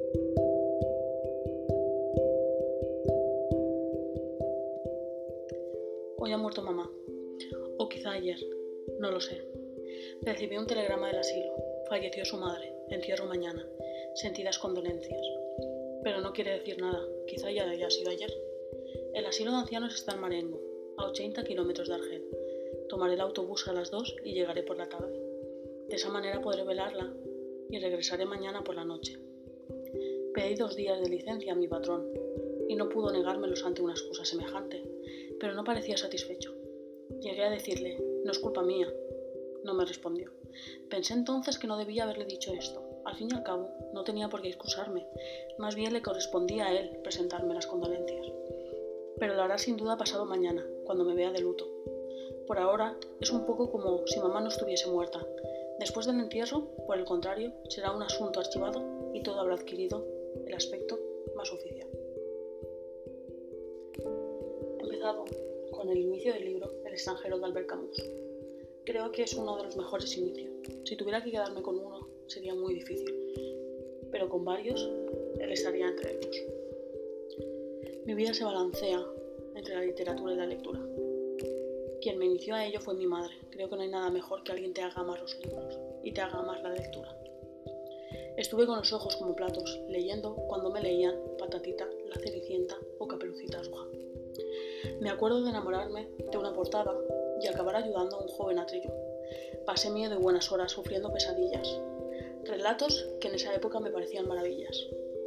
Hoy ha muerto mamá, o quizá ayer, no lo sé. Recibí un telegrama del asilo. Falleció su madre, entierro mañana. Sentidas condolencias. Pero no quiere decir nada, quizá ya haya sido ayer. El asilo de ancianos está en Marengo, a 80 kilómetros de Argel. Tomaré el autobús a las 2 y llegaré por la tarde. De esa manera podré velarla y regresaré mañana por la noche. Pedí 2 días de licencia a mi patrón y no pudo negármelos ante una excusa semejante, pero no parecía satisfecho. Llegué a decirle, no es culpa mía. No me respondió. Pensé entonces que no debía haberle dicho esto. Al fin y al cabo, no tenía por qué excusarme. Más bien le correspondía a él presentarme las condolencias. Pero lo hará sin duda pasado mañana, cuando me vea de luto. Por ahora, es un poco como si mamá no estuviese muerta. Después del entierro, por el contrario, será un asunto archivado y todo habrá adquirido el aspecto más oficial. He empezado con el inicio del libro El extranjero de Albert Camus. Creo que es uno de los mejores inicios. Si tuviera que quedarme con uno, sería muy difícil, pero con varios, él estaría entre ellos. Mi vida se balancea entre la literatura y la lectura. Quien me inició a ello fue mi madre. Creo que no hay nada mejor que alguien te haga amar los libros y te haga amar la lectura. Estuve con los ojos como platos, leyendo cuando me leían Patatita, La Cenicienta o Caperucita Roja. Me acuerdo de enamorarme de una portada y acabar ayudando a un joven atrillo. Pasé miedo y buenas horas sufriendo pesadillas. Relatos que en esa época me parecían maravillas.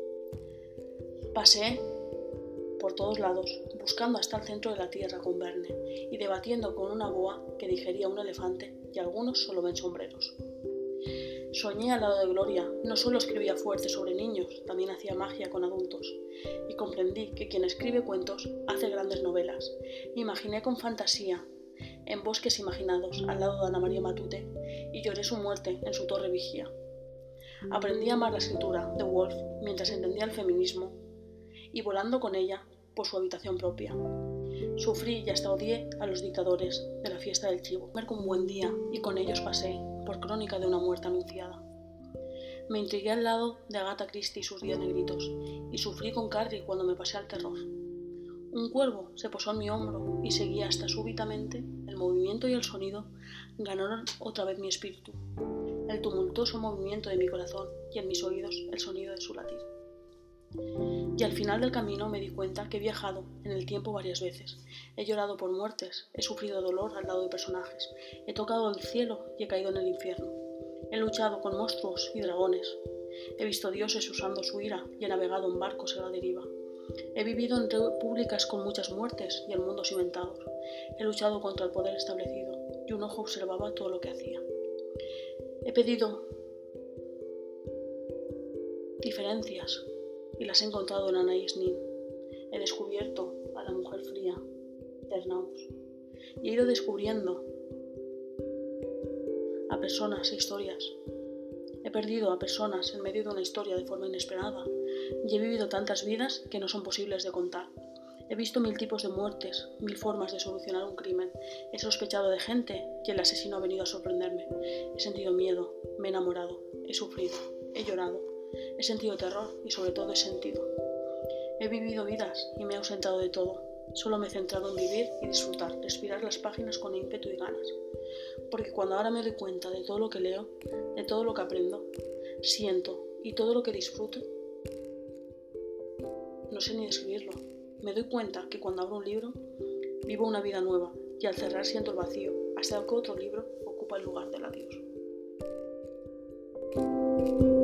Pasé por todos lados, buscando hasta el centro de la tierra con Verne y debatiendo con una boa que digería un elefante y algunos solo ven sombreros. Soñé al lado de Gloria, no solo escribía fuerte sobre niños, también hacía magia con adultos. Y comprendí que quien escribe cuentos hace grandes novelas. Me imaginé con fantasía, en bosques imaginados, al lado de Ana María Matute, y lloré su muerte en su torre vigía. Aprendí a amar la escritura de Woolf mientras entendía el feminismo, y volando con ella por su habitación propia. Sufrí y hasta odié a los dictadores de la fiesta del chivo. Comer con un buen día, y con ellos pasé por Crónica de una muerte anunciada. Me intrigué al lado de Agatha Christie y sus 10 negritos, y sufrí con Carrie cuando me pasé al terror. Un cuervo se posó en mi hombro y seguía hasta súbitamente el movimiento y el sonido ganaron otra vez mi espíritu, el tumultuoso movimiento de mi corazón y en mis oídos el sonido de su latir. Y al final del camino me di cuenta que he viajado en el tiempo varias veces. He llorado por muertes, he sufrido dolor al lado de personajes, he tocado el cielo y he caído en el infierno. He luchado con monstruos y dragones. He visto dioses usando su ira y he navegado en barcos a la deriva. He vivido en repúblicas con muchas muertes y en mundos inventados. He luchado contra el poder establecido y un ojo observaba todo lo que hacía. He pedido diferencias y las he encontrado en Anais Nin. He descubierto a la mujer fría de Ernaus y he ido descubriendo a personas e historias. He perdido a personas en medio de una historia de forma inesperada y he vivido tantas vidas que no son posibles de contar. He visto 1000 tipos de muertes, 1000 formas de solucionar un crimen. He sospechado de gente y el asesino ha venido a sorprenderme. He sentido miedo, me he enamorado, he sufrido, he llorado, he sentido terror y sobre todo he sentido. He vivido vidas y me he ausentado de todo. Solo me he centrado en vivir y disfrutar, respirar las páginas con ímpetu y ganas. Porque cuando ahora me doy cuenta de todo lo que leo, de todo lo que aprendo, siento y todo lo que disfruto, no sé ni describirlo. Me doy cuenta que cuando abro un libro, vivo una vida nueva y al cerrar siento el vacío, hasta que otro libro ocupa el lugar del adiós.